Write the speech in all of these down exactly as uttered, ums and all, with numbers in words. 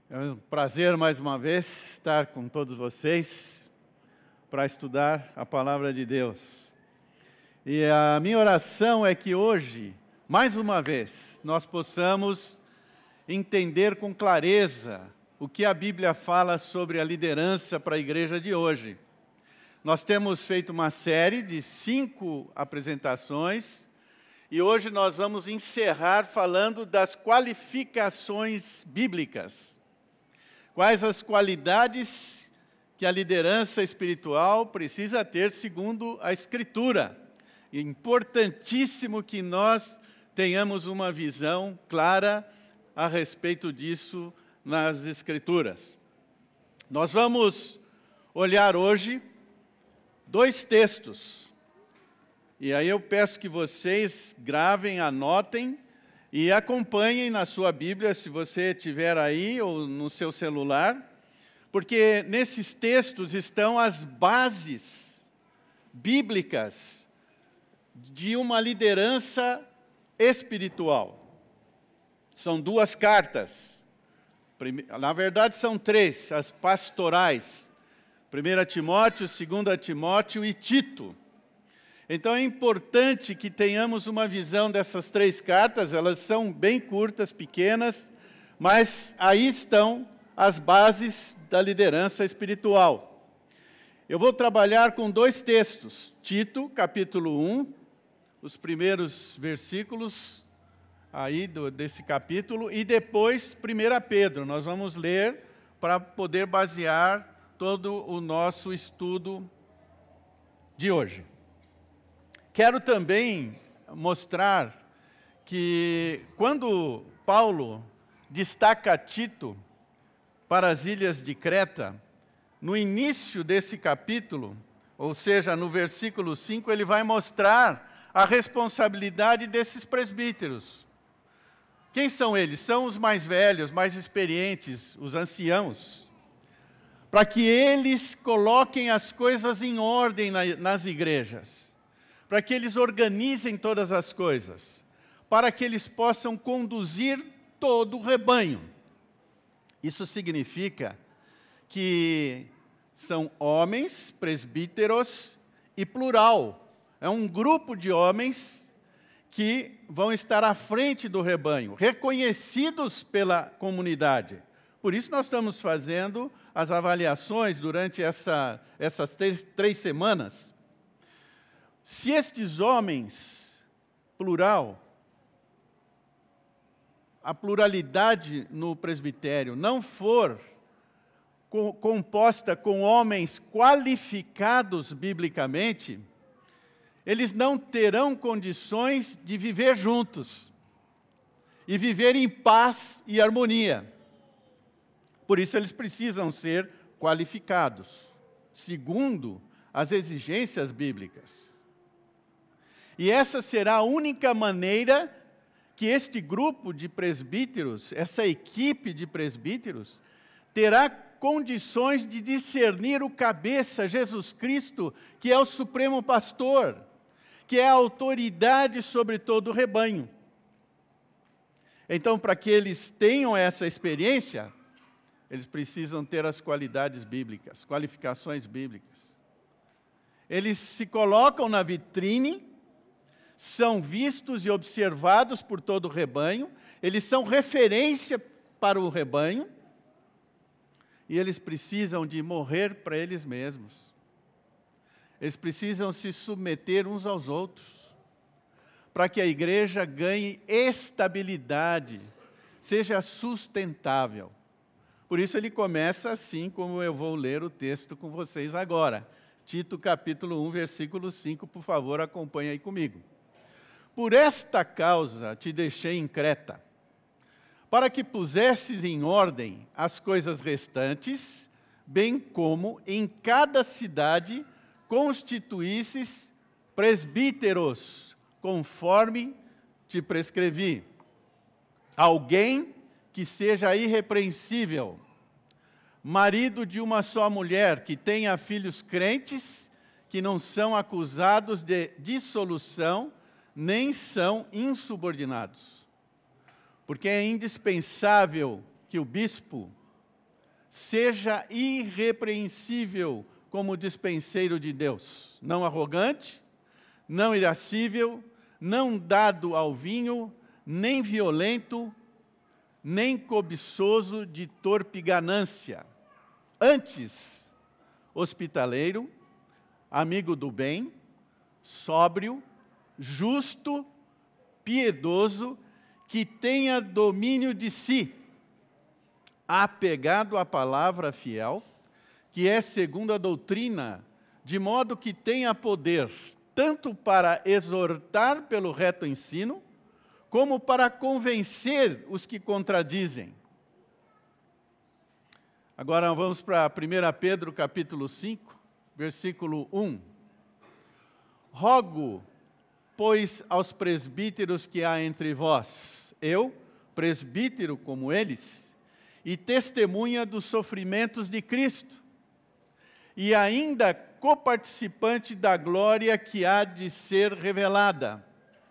É um prazer mais uma vez estar com todos vocês para estudar a Palavra de Deus. E a minha oração é que hoje, mais uma vez, nós possamos entender com clareza o que a Bíblia fala sobre a liderança para a igreja de hoje. Nós temos feito uma série de cinco apresentações e hoje nós vamos encerrar falando das qualificações bíblicas. Quais as qualidades que a liderança espiritual precisa ter segundo a Escritura. É importantíssimo que nós tenhamos uma visão clara a respeito disso nas Escrituras. Nós vamos olhar hoje dois textos. E aí eu peço que vocês gravem, anotem e acompanhem na sua Bíblia, se você tiver aí ou no seu celular, porque nesses textos estão as bases bíblicas de uma liderança espiritual. São duas cartas, na verdade são três, as pastorais, primeira Timóteo, segunda Timóteo e Tito. Então é importante que tenhamos uma visão dessas três cartas, elas são bem curtas, pequenas, mas aí estão as bases da liderança espiritual. Eu vou trabalhar com dois textos, Tito, capítulo um, os primeiros versículos aí do, desse capítulo, e depois primeira Pedro, nós vamos ler para poder basear todo o nosso estudo de hoje. Quero também mostrar que quando Paulo destaca Tito para as ilhas de Creta, no início desse capítulo, ou seja, no versículo cinco, ele vai mostrar a responsabilidade desses presbíteros. Quem são eles? São os mais velhos, mais experientes, os anciãos, para que eles coloquem as coisas em ordem nas igrejas, para que eles organizem todas as coisas, para que eles possam conduzir todo o rebanho. Isso significa que são homens, presbíteros e plural. É um grupo de homens que vão estar à frente do rebanho, reconhecidos pela comunidade. Por isso nós estamos fazendo as avaliações durante essa, essas três, três semanas. Se estes homens, plural, a pluralidade no presbitério não for co- composta com homens qualificados biblicamente, eles não terão condições de viver juntos e viver em paz e harmonia. Por isso eles precisam ser qualificados, segundo as exigências bíblicas. E essa será a única maneira que este grupo de presbíteros, essa equipe de presbíteros, terá condições de discernir o cabeça, Jesus Cristo, que é o supremo pastor, que é a autoridade sobre todo o rebanho. Então, para que eles tenham essa experiência, eles precisam ter as qualidades bíblicas, qualificações bíblicas. Eles se colocam na vitrine, são vistos e observados por todo o rebanho, eles são referência para o rebanho, e eles precisam de morrer para eles mesmos. Eles precisam se submeter uns aos outros, para que a igreja ganhe estabilidade, seja sustentável. Por isso ele começa assim, como eu vou ler o texto com vocês agora. Tito capítulo um, versículo cinco, por favor, acompanhe aí comigo. Por esta causa te deixei em Creta, para que pusesses em ordem as coisas restantes, bem como em cada cidade constituísses presbíteros, conforme te prescrevi. Alguém que seja irrepreensível, marido de uma só mulher, que tenha filhos crentes, que não são acusados de dissolução, nem são insubordinados. Porque é indispensável que o bispo seja irrepreensível como dispenseiro de Deus, não arrogante, não irascível, não dado ao vinho, nem violento, nem cobiçoso de torpe ganância. Antes, hospitaleiro, amigo do bem, sóbrio, justo, piedoso, que tenha domínio de si, apegado à palavra fiel, que é segundo a doutrina, de modo que tenha poder, tanto para exortar pelo reto ensino, como para convencer os que contradizem. Agora vamos para primeira Pedro, capítulo cinco, versículo um. Rogo, pois, aos presbíteros que há entre vós, eu, presbítero como eles, e testemunha dos sofrimentos de Cristo, e ainda coparticipante da glória que há de ser revelada.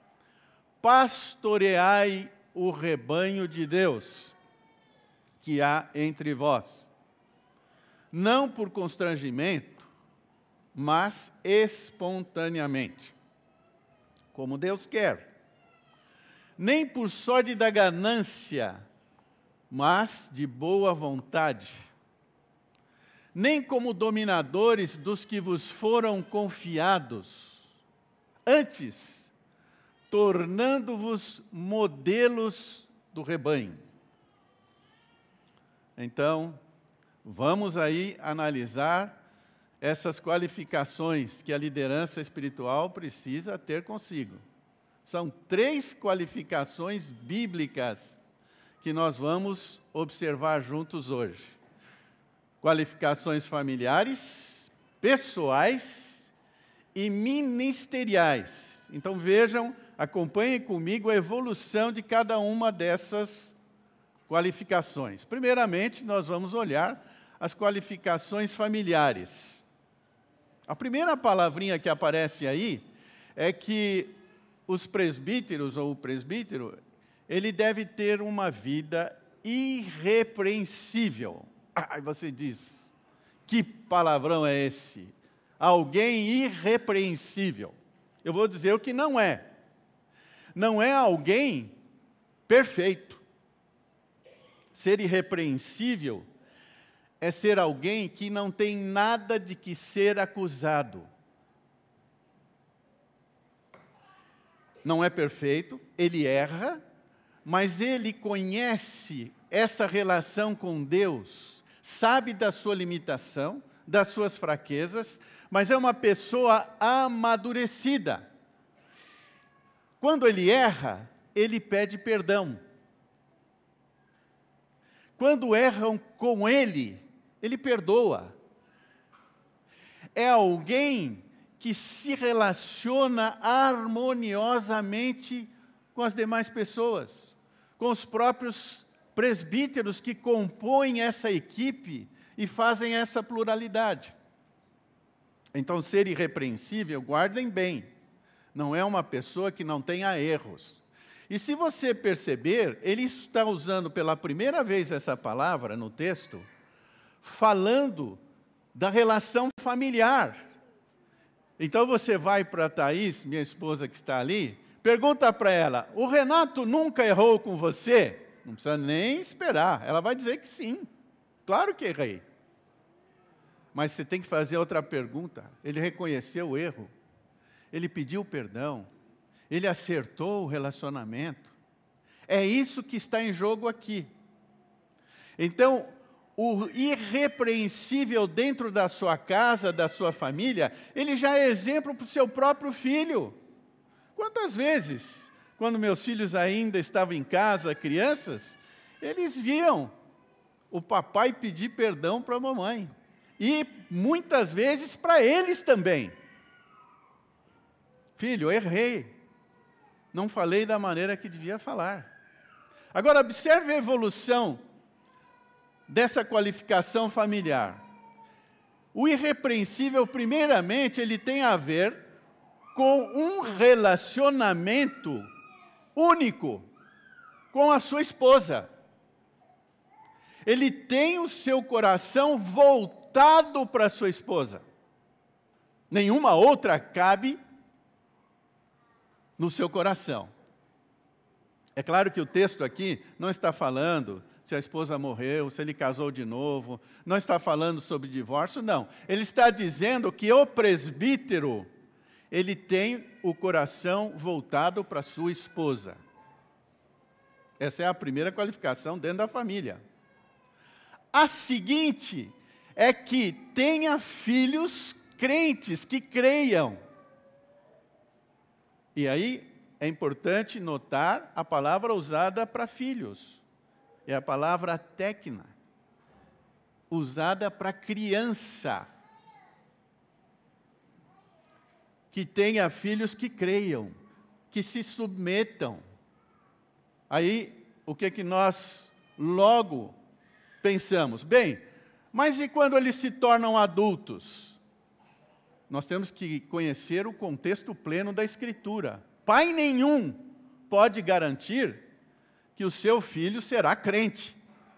Pastoreai o rebanho de Deus que há entre vós, não por constrangimento, mas espontaneamente, como Deus quer, nem por sorte da ganância, mas de boa vontade, nem como dominadores dos que vos foram confiados, antes, tornando-vos modelos do rebanho. Então, vamos aí analisar essas qualificações que a liderança espiritual precisa ter consigo. São três qualificações bíblicas que nós vamos observar juntos hoje. Qualificações familiares, pessoais e ministeriais. Então vejam, acompanhem comigo a evolução de cada uma dessas qualificações. Primeiramente, nós vamos olhar as qualificações familiares. A primeira palavrinha que aparece aí é que os presbíteros ou o presbítero, ele deve ter uma vida irrepreensível. Aí você diz, que palavrão é esse? Alguém irrepreensível. Eu vou dizer o que não é. Não é alguém perfeito. Ser irrepreensível é ser alguém que não tem nada de que ser acusado. Não é perfeito, ele erra, mas ele conhece essa relação com Deus, sabe da sua limitação, das suas fraquezas, mas é uma pessoa amadurecida. Quando ele erra, ele pede perdão. Quando erram com ele, ele perdoa. É alguém que se relaciona harmoniosamente com as demais pessoas, com os próprios presbíteros que compõem essa equipe e fazem essa pluralidade. Então, ser irrepreensível, guardem bem, não é uma pessoa que não tenha erros. E se você perceber, ele está usando pela primeira vez essa palavra no texto, falando da relação familiar. Então você vai para a Thaís, minha esposa que está ali, pergunta para ela, o Renato nunca errou com você? Não precisa nem esperar, ela vai dizer que sim, claro que errei. Mas você tem que fazer outra pergunta, ele reconheceu o erro, ele pediu perdão, ele acertou o relacionamento. É isso que está em jogo aqui. Então, o irrepreensível dentro da sua casa, da sua família, ele já é exemplo para o seu próprio filho. Quantas vezes, quando meus filhos ainda estavam em casa, crianças, eles viam o papai pedir perdão para a mamãe. E muitas vezes para eles também. Filho, eu errei. Não falei da maneira que devia falar. Agora, observe a evolução dessa qualificação familiar. O irrepreensível, primeiramente, ele tem a ver com um relacionamento único com a sua esposa. ele tem o seu coração voltado para sua esposa. Nenhuma outra cabe no seu coração. É claro que o texto aqui não está falando se a esposa morreu, se ele casou de novo, não está falando sobre divórcio, não. Ele está dizendo que o presbítero, ele tem o coração voltado para sua esposa. Essa é a primeira qualificação dentro da família. A seguinte é que tenha filhos crentes, que creiam. E aí é importante notar a palavra usada para filhos. É a palavra tecna, usada para criança. Que tenha filhos que creiam, que se submetam. Aí, o que que nós logo pensamos? Bem, mas e quando eles se tornam adultos? Nós temos que conhecer o contexto pleno da Escritura. Pai nenhum pode garantir que o seu filho será crente.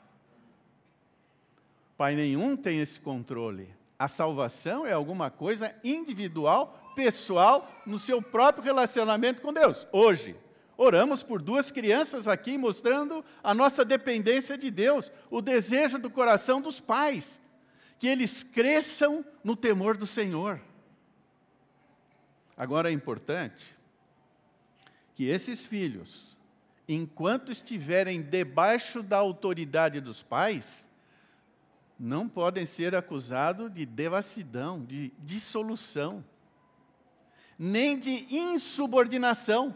Pai nenhum tem esse controle. A salvação é alguma coisa individual, pessoal, no seu próprio relacionamento com Deus. Hoje, oramos por duas crianças aqui, mostrando a nossa dependência de Deus, o desejo do coração dos pais, que eles cresçam no temor do Senhor. Agora é importante que esses filhos, enquanto estiverem debaixo da autoridade dos pais, não podem ser acusados de devassidão, de dissolução, nem de insubordinação.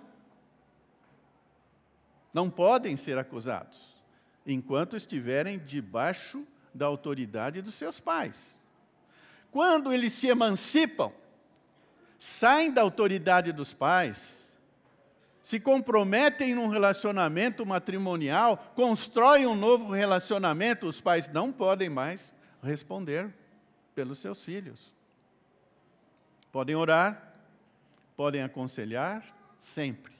Não podem ser acusados, enquanto estiverem debaixo da autoridade dos seus pais. Quando eles se emancipam, saem da autoridade dos pais, se comprometem num relacionamento matrimonial, constroem um novo relacionamento, os pais não podem mais responder pelos seus filhos. Podem orar, podem aconselhar, sempre.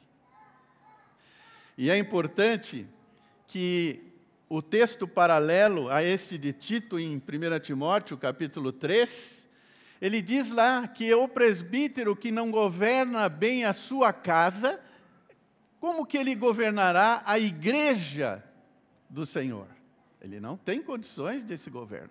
E é importante que o texto paralelo a este de Tito, em primeira Timóteo, capítulo três, ele diz lá que o presbítero que não governa bem a sua casa, como que ele governará a igreja do Senhor? Ele não tem condições desse governo.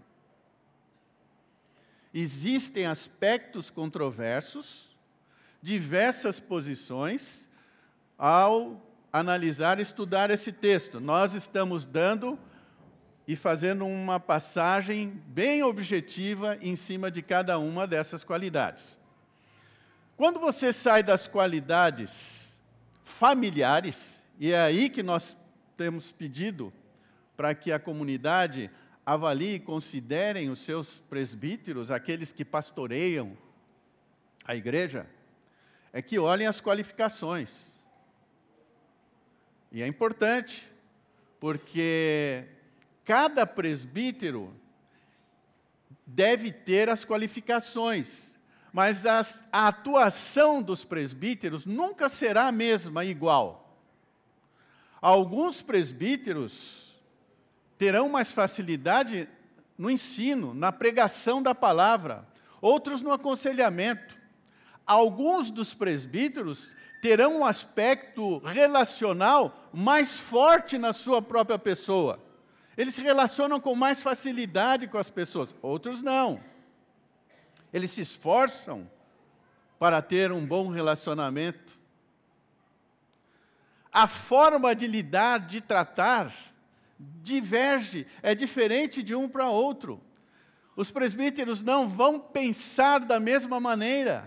Existem aspectos controversos, diversas posições, ao analisar e estudar esse texto. Nós estamos dando e fazendo uma passagem bem objetiva em cima de cada uma dessas qualidades. Quando você sai das qualidades familiares, e é aí que nós temos pedido para que a comunidade avalie e considerem os seus presbíteros, aqueles que pastoreiam a igreja, é que olhem as qualificações. E é importante, porque cada presbítero deve ter as qualificações, mas as, a atuação dos presbíteros nunca será a mesma, igual. Alguns presbíteros terão mais facilidade no ensino, na pregação da palavra, outros no aconselhamento. Alguns dos presbíteros terão um aspecto relacional mais forte na sua própria pessoa. Eles se relacionam com mais facilidade com as pessoas, outros não. Eles se esforçam para ter um bom relacionamento. A forma de lidar, de tratar, diverge, é diferente de um para outro. Os presbíteros não vão pensar da mesma maneira.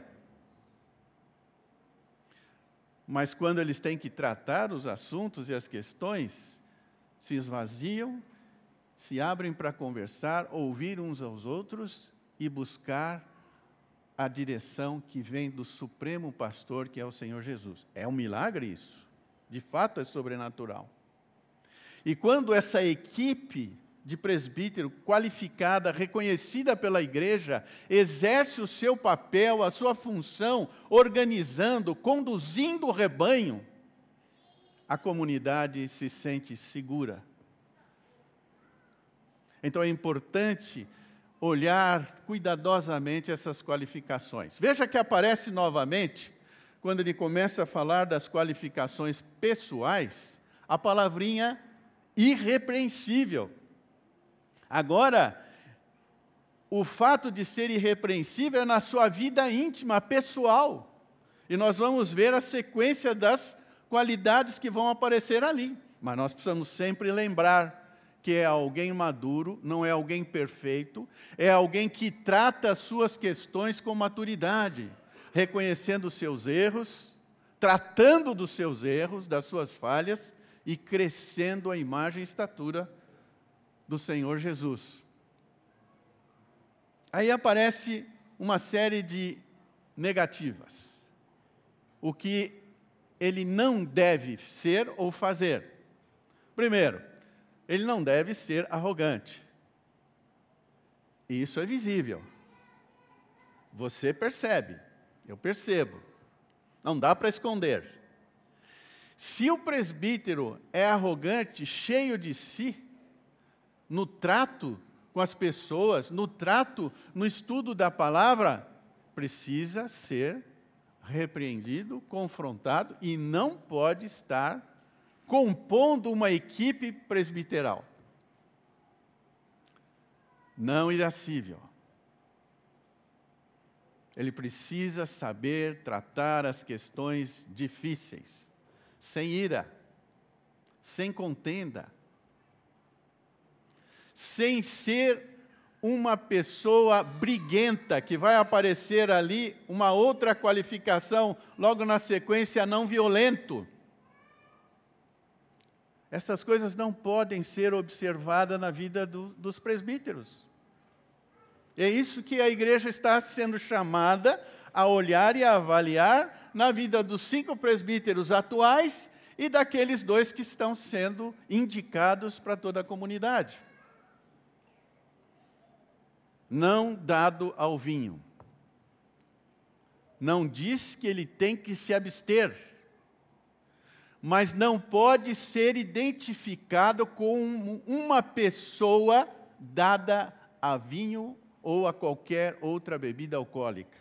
Mas quando eles têm que tratar os assuntos e as questões, se esvaziam, se abrem para conversar, ouvir uns aos outros e buscar a direção que vem do Supremo Pastor, que é o Senhor Jesus. É um milagre isso. De fato é sobrenatural. E quando essa equipe de presbítero qualificada, reconhecida pela igreja, exerce o seu papel, a sua função, organizando, conduzindo o rebanho, a comunidade se sente segura. Então é importante olhar cuidadosamente essas qualificações. Veja que aparece novamente, quando ele começa a falar das qualificações pessoais, a palavrinha irrepreensível. Agora, o fato de ser irrepreensível é na sua vida íntima, pessoal. E nós vamos ver a sequência das qualidades que vão aparecer ali. Mas nós precisamos sempre lembrar que é alguém maduro, não é alguém perfeito, é alguém que trata as suas questões com maturidade, reconhecendo os seus erros, tratando dos seus erros, das suas falhas e crescendo a imagem e estatura do Senhor Jesus. Aí aparece uma série de negativas. O que ele não deve ser ou fazer. Primeiro, ele não deve ser arrogante. Isso é visível. Você percebe, eu percebo. Não dá para esconder. Se o presbítero é arrogante, cheio de si, no trato com as pessoas, no trato, no estudo da palavra, precisa ser repreendido, confrontado e não pode estar compondo uma equipe presbiteral. Não irascível. Ele precisa saber tratar as questões difíceis, sem ira, sem contenda, sem ser uma pessoa briguenta, que vai aparecer ali uma outra qualificação, logo na sequência, não violento. Essas coisas não podem ser observadas na vida do, dos presbíteros. É isso que a igreja está sendo chamada a olhar e a avaliar na vida dos cinco presbíteros atuais e daqueles dois que estão sendo indicados para toda a comunidade. Não dado ao vinho. Não diz que ele tem que se abster, mas não pode ser identificado como uma pessoa dada a vinho ou a qualquer outra bebida alcoólica.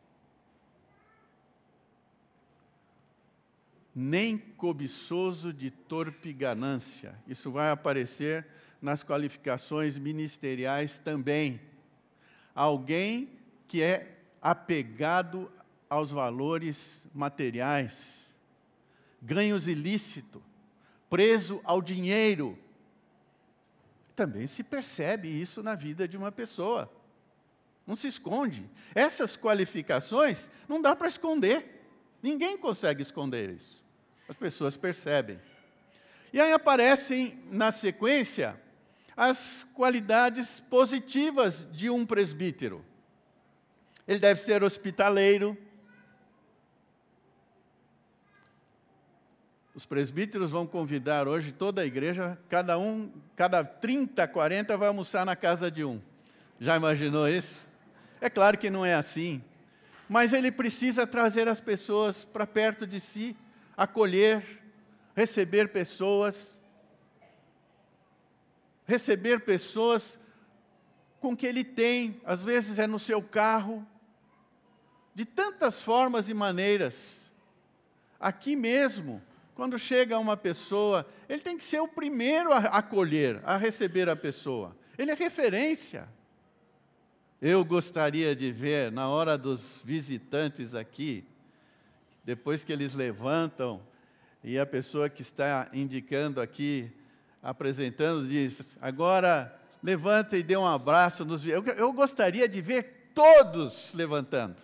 Nem cobiçoso de torpe ganância. Isso vai aparecer nas qualificações ministeriais também. Alguém que é apegado aos valores materiais, ganhos ilícitos, preso ao dinheiro. Também se percebe isso na vida de uma pessoa. Não se esconde. Essas qualificações não dá para esconder. Ninguém consegue esconder isso. As pessoas percebem. E aí aparecem, na sequência, as qualidades positivas de um presbítero. Ele deve ser hospitaleiro. Os presbíteros vão convidar hoje toda a igreja, cada um, cada trinta, quarenta vai almoçar na casa de um. Já imaginou isso? É claro que não é assim, mas ele precisa trazer as pessoas para perto de si, acolher, receber pessoas, receber pessoas com que ele tem, às vezes é no seu carro, de tantas formas e maneiras. Aqui mesmo, quando chega uma pessoa, ele tem que ser o primeiro a acolher, a receber a pessoa. Ele é referência. Eu gostaria de ver, na hora dos visitantes aqui, depois que eles levantam, e a pessoa que está indicando aqui, apresentando, diz, agora levanta e dê um abraço nos... Eu, eu gostaria de ver todos levantando.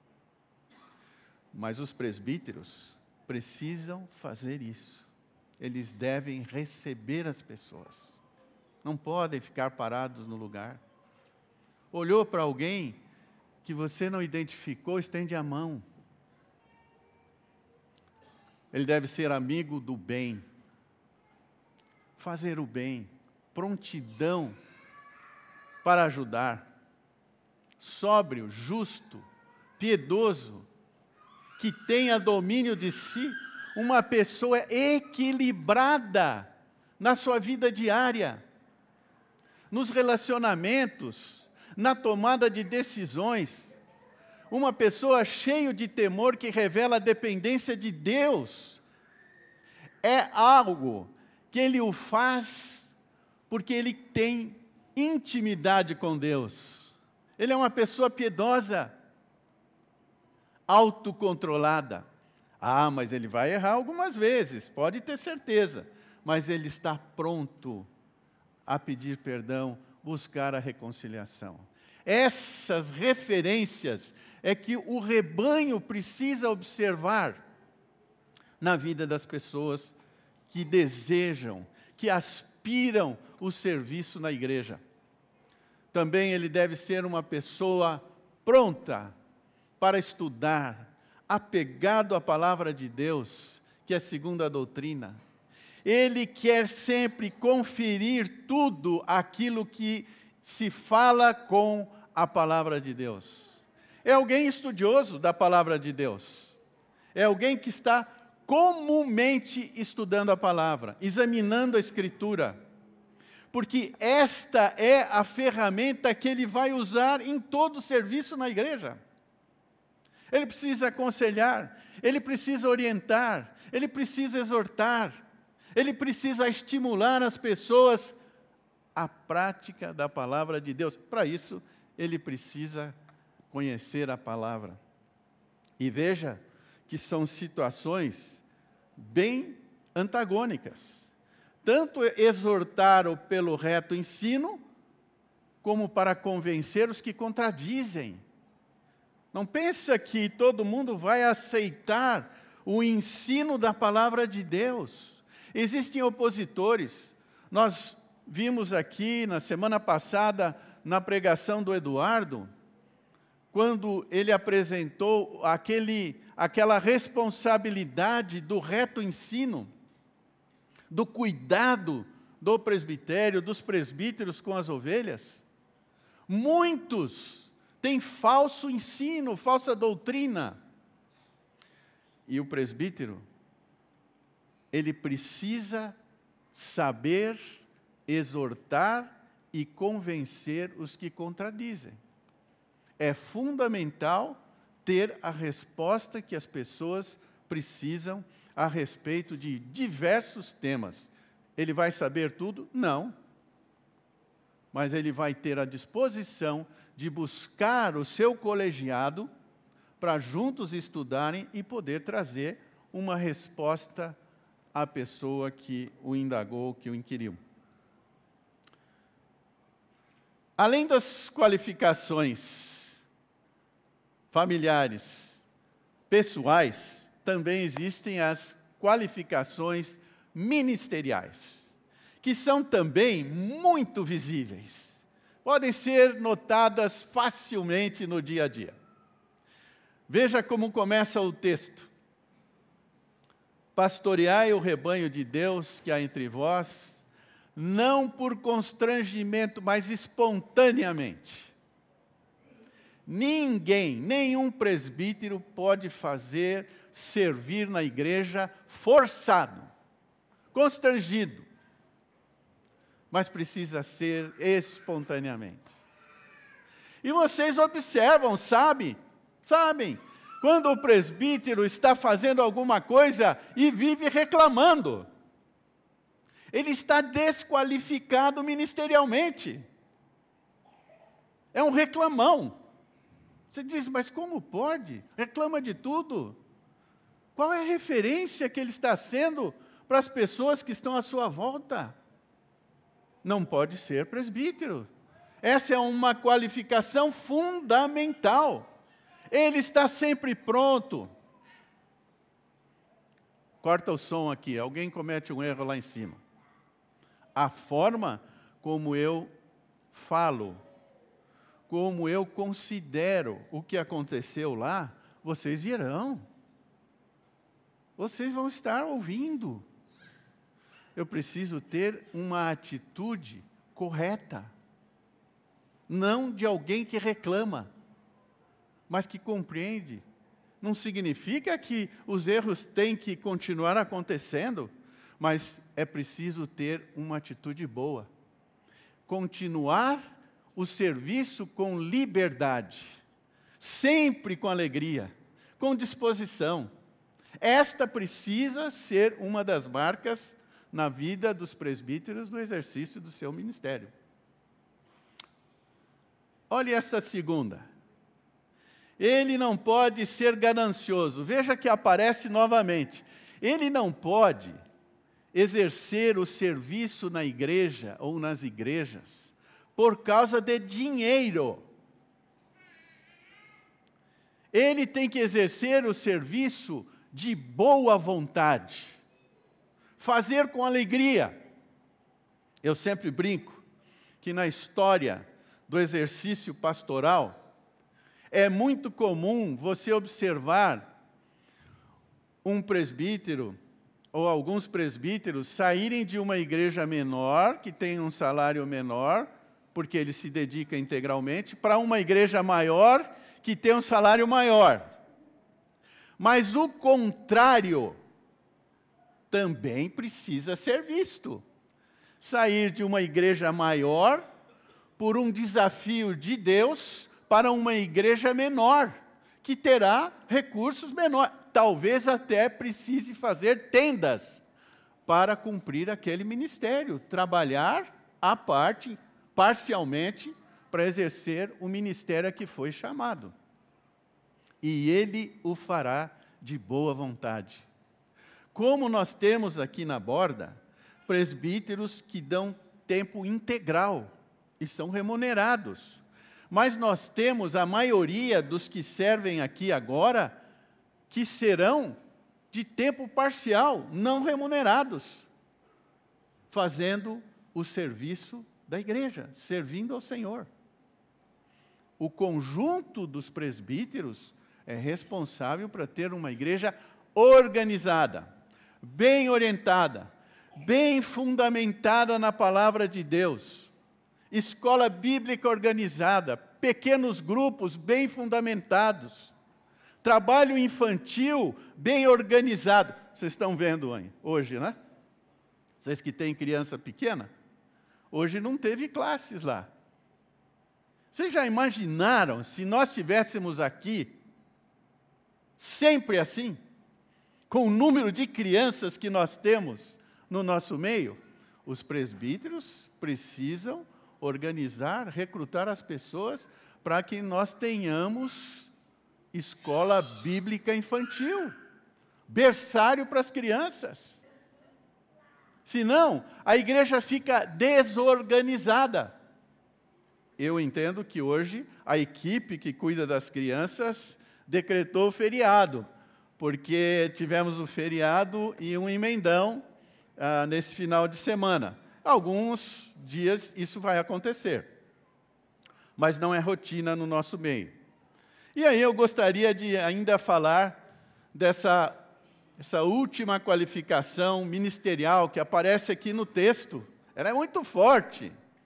Mas os presbíteros precisam fazer isso. Eles devem receber as pessoas. Não podem ficar parados no lugar. Olhou para alguém que você não identificou, estende a mão. Ele deve ser amigo do bem. Fazer o bem. Prontidão para ajudar. Sóbrio, justo, piedoso, que tenha domínio de si, uma pessoa equilibrada na sua vida diária. nos relacionamentos, na tomada de decisões. Uma pessoa cheia de temor que revela a dependência de Deus. É algo que ele o faz porque ele tem intimidade com Deus. Ele é uma pessoa piedosa, autocontrolada. Ah, mas ele vai errar algumas vezes, pode ter certeza. Mas ele está pronto a pedir perdão, buscar a reconciliação. Essas referências é que o rebanho precisa observar na vida das pessoas que desejam, que aspiram o serviço na igreja. Também ele deve ser uma pessoa pronta para estudar, apegado à palavra de Deus, que é segundo a doutrina. Ele quer sempre conferir tudo aquilo que se fala com a palavra de Deus. É alguém estudioso da palavra de Deus. É alguém que está comumente estudando a palavra, examinando a Escritura. Porque esta é a ferramenta que ele vai usar em todo o serviço na igreja. Ele precisa aconselhar, ele precisa orientar, ele precisa exortar, ele precisa estimular as pessoas à prática da palavra de Deus. Para isso, ele precisa conhecer a palavra. E veja que são situações bem antagônicas. Tanto exortar pelo reto ensino, como para convencer os que contradizem. Não pensa que todo mundo vai aceitar o ensino da palavra de Deus. Existem opositores. Nós vimos aqui na semana passada, na pregação do Eduardo, quando ele apresentou aquele, aquela responsabilidade do reto ensino, do cuidado do presbitério, dos presbíteros com as ovelhas. Muitos têm falso ensino, falsa doutrina. E o presbítero, ele precisa saber exortar e convencer os que contradizem. É fundamental ter a resposta que as pessoas precisam a respeito de diversos temas. Ele vai saber tudo? Não. Mas ele vai ter a disposição de buscar o seu colegiado para juntos estudarem e poder trazer uma resposta à pessoa que o indagou, que o inquiriu. Além das qualificações familiares, pessoais, também existem as qualificações ministeriais, que são também muito visíveis. Podem ser notadas facilmente no dia a dia. Veja como começa o texto. Pastoreai o rebanho de Deus que há entre vós, não por constrangimento, mas espontaneamente. Ninguém, nenhum presbítero pode fazer servir na igreja forçado, constrangido, mas precisa ser espontaneamente. E vocês observam, sabem, sabem, quando o presbítero está fazendo alguma coisa e vive reclamando, ele está desqualificado ministerialmente. É um reclamão. Você diz, mas como pode? Reclama de tudo. Qual é a referência que ele está sendo para as pessoas que estão à sua volta? Não pode ser presbítero. Essa é uma qualificação fundamental. Ele está sempre pronto. Corta o som aqui, alguém comete um erro lá em cima. A forma como eu falo, como eu considero o que aconteceu lá, vocês virão. Vocês vão estar ouvindo. Eu preciso ter uma atitude correta. Não de alguém que reclama, mas que compreende. Não significa que os erros têm que continuar acontecendo, mas é preciso ter uma atitude boa. continuar o serviço com liberdade, sempre com alegria, com disposição. Esta precisa ser uma das marcas na vida dos presbíteros no exercício do seu ministério. Olhe esta segunda. Ele não pode ser ganancioso. Veja que aparece novamente. Ele não pode exercer o serviço na igreja ou nas igrejas por causa de dinheiro. Ele tem que exercer o serviço de boa vontade, fazer com alegria. Eu sempre brinco que na história do exercício pastoral, é muito comum você observar um presbítero ou alguns presbíteros saírem de uma igreja menor, que tem um salário menor, porque ele se dedica integralmente, para uma igreja maior, que tem um salário maior. Mas o contrário também precisa ser visto. Sair de uma igreja maior por um desafio de Deus para uma igreja menor, que terá recursos menores. Talvez até precise fazer tendas para cumprir aquele ministério, trabalhar à parte, parcialmente, para exercer o ministério a que foi chamado. E ele o fará de boa vontade. Como nós temos aqui na Borda, presbíteros que dão tempo integral e são remunerados. Mas nós temos a maioria dos que servem aqui agora, que serão de tempo parcial, não remunerados, fazendo o serviço da igreja, servindo ao Senhor. O conjunto dos presbíteros é responsável para ter uma igreja organizada, bem orientada, bem fundamentada na palavra de Deus, escola bíblica organizada, pequenos grupos bem fundamentados, trabalho infantil bem organizado. Vocês estão vendo hoje, né? Vocês que têm criança pequena, hoje não teve classes lá. Vocês já imaginaram se nós tivéssemos aqui sempre assim, com o número de crianças que nós temos no nosso meio? Os presbíteros precisam organizar, recrutar as pessoas para que nós tenhamos escola bíblica infantil, berçário para as crianças. Senão, a igreja fica desorganizada. Eu entendo que hoje a equipe que cuida das crianças decretou feriado, porque tivemos o feriado e um emendão ah, nesse final de semana. Alguns dias isso vai acontecer, mas não é rotina no nosso meio. E aí eu gostaria de ainda falar dessa essa última qualificação ministerial que aparece aqui no texto. Ela é muito forte.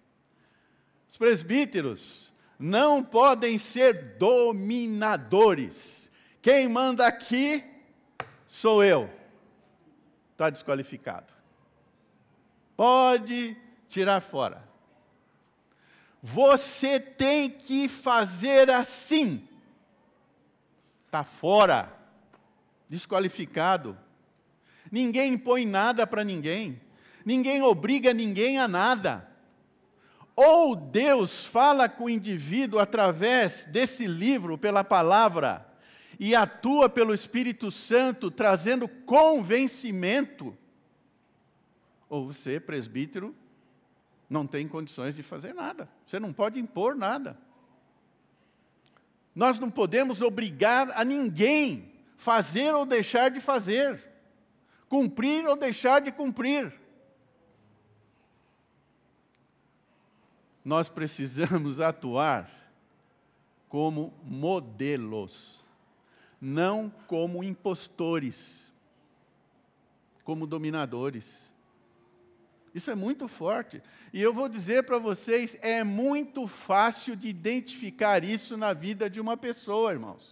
Os presbíteros não podem ser dominadores. Quem manda aqui sou eu. Está desqualificado. Pode tirar fora. Você tem que fazer assim. Está fora. Desqualificado. Ninguém impõe nada para ninguém. Ninguém obriga ninguém a nada. Ou Deus fala com o indivíduo através desse livro, pela palavra, e atua pelo Espírito Santo, trazendo convencimento. Ou você, presbítero, não tem condições de fazer nada. Você não pode impor nada. Nós não podemos obrigar a ninguém a fazer ou deixar de fazer, cumprir ou deixar de cumprir. Nós precisamos atuar como modelos, não como impostores, como dominadores. Isso é muito forte. E eu vou dizer para vocês, é muito fácil de identificar isso na vida de uma pessoa, irmãos.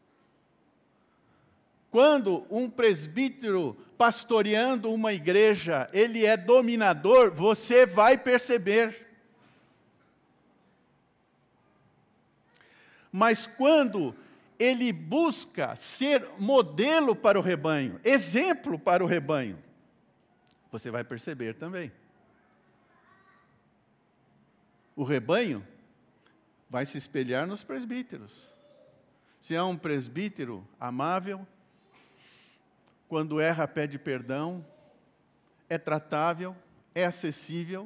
Quando um presbítero pastoreando uma igreja, ele é dominador, você vai perceber. Mas quando ele busca ser modelo para o rebanho, exemplo para o rebanho, você vai perceber também. O rebanho vai se espelhar nos presbíteros. Se é um presbítero amável, quando erra pede perdão, é tratável, é acessível,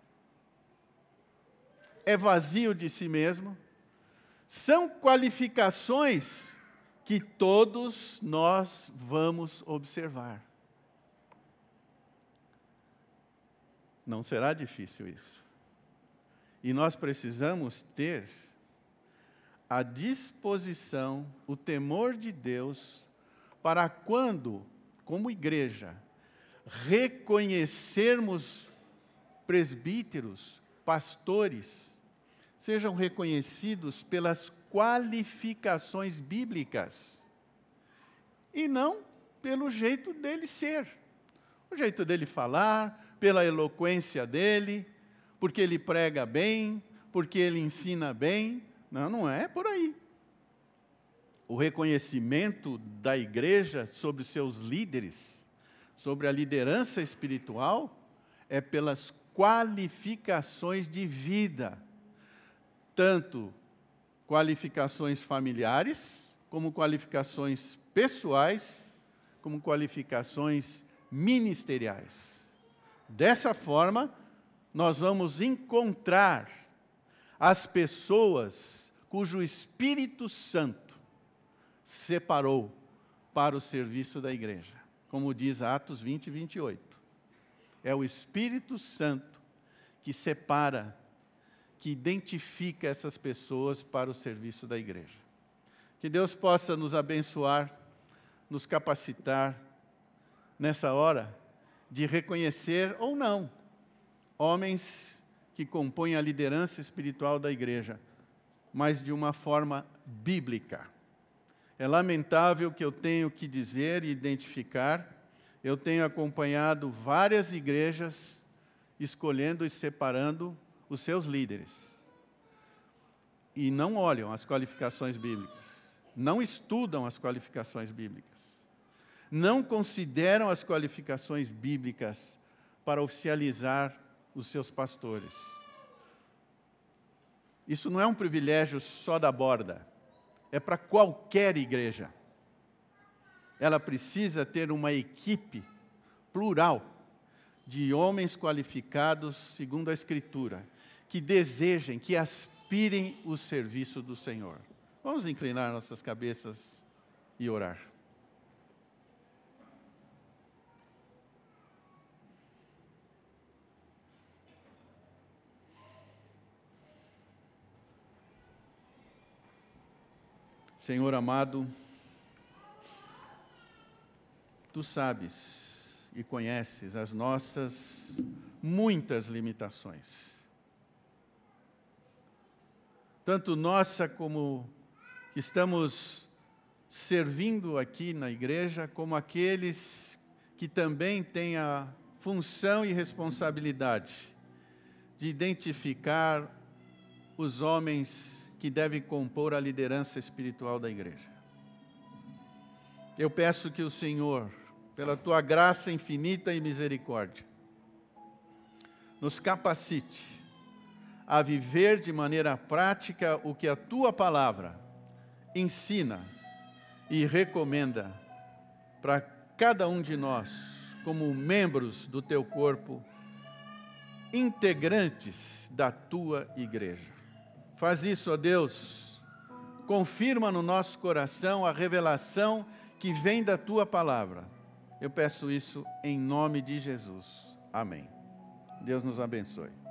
é vazio de si mesmo, são qualificações que todos nós vamos observar. Não será difícil isso. E nós precisamos ter a disposição, o temor de Deus, para quando, como igreja, reconhecermos presbíteros, pastores, sejam reconhecidos pelas qualificações bíblicas e não pelo jeito dele ser, o jeito dele falar, pela eloquência dele, porque ele prega bem, porque ele ensina bem. Não, não é por aí. O reconhecimento da igreja sobre seus líderes, sobre a liderança espiritual, é pelas qualificações de vida, tanto qualificações familiares, como qualificações pessoais, como qualificações ministeriais. Dessa forma, nós vamos encontrar as pessoas cujo Espírito Santo separou para o serviço da igreja. Como diz Atos vinte, vinte e oito. É o Espírito Santo que separa, que identifica essas pessoas para o serviço da igreja. Que Deus possa nos abençoar, nos capacitar nessa hora de reconhecer ou não homens que compõem a liderança espiritual da igreja, mas de uma forma bíblica. É lamentável que eu tenho que dizer e identificar, eu tenho acompanhado várias igrejas escolhendo e separando os seus líderes. E não olham as qualificações bíblicas, não estudam as qualificações bíblicas, não consideram as qualificações bíblicas para oficializar os seus pastores. Isso não é um privilégio só da borda, é para qualquer igreja. Ela precisa ter uma equipe plural de homens qualificados segundo a Escritura, que desejem, que aspirem o serviço do Senhor. Vamos inclinar nossas cabeças e orar. Senhor amado, Tu sabes e conheces as nossas muitas limitações. Tanto nossa como que estamos servindo aqui na igreja, como aqueles que também têm a função e responsabilidade de identificar os homens que devem compor a liderança espiritual da igreja. Eu peço que o Senhor, pela Tua graça infinita e misericórdia, nos capacite a viver de maneira prática o que a Tua palavra ensina e recomenda para cada um de nós, como membros do Teu corpo, integrantes da Tua igreja. Faz isso, ó Deus, confirma no nosso coração a revelação que vem da Tua palavra. Eu peço isso em nome de Jesus. Amém. Deus nos abençoe.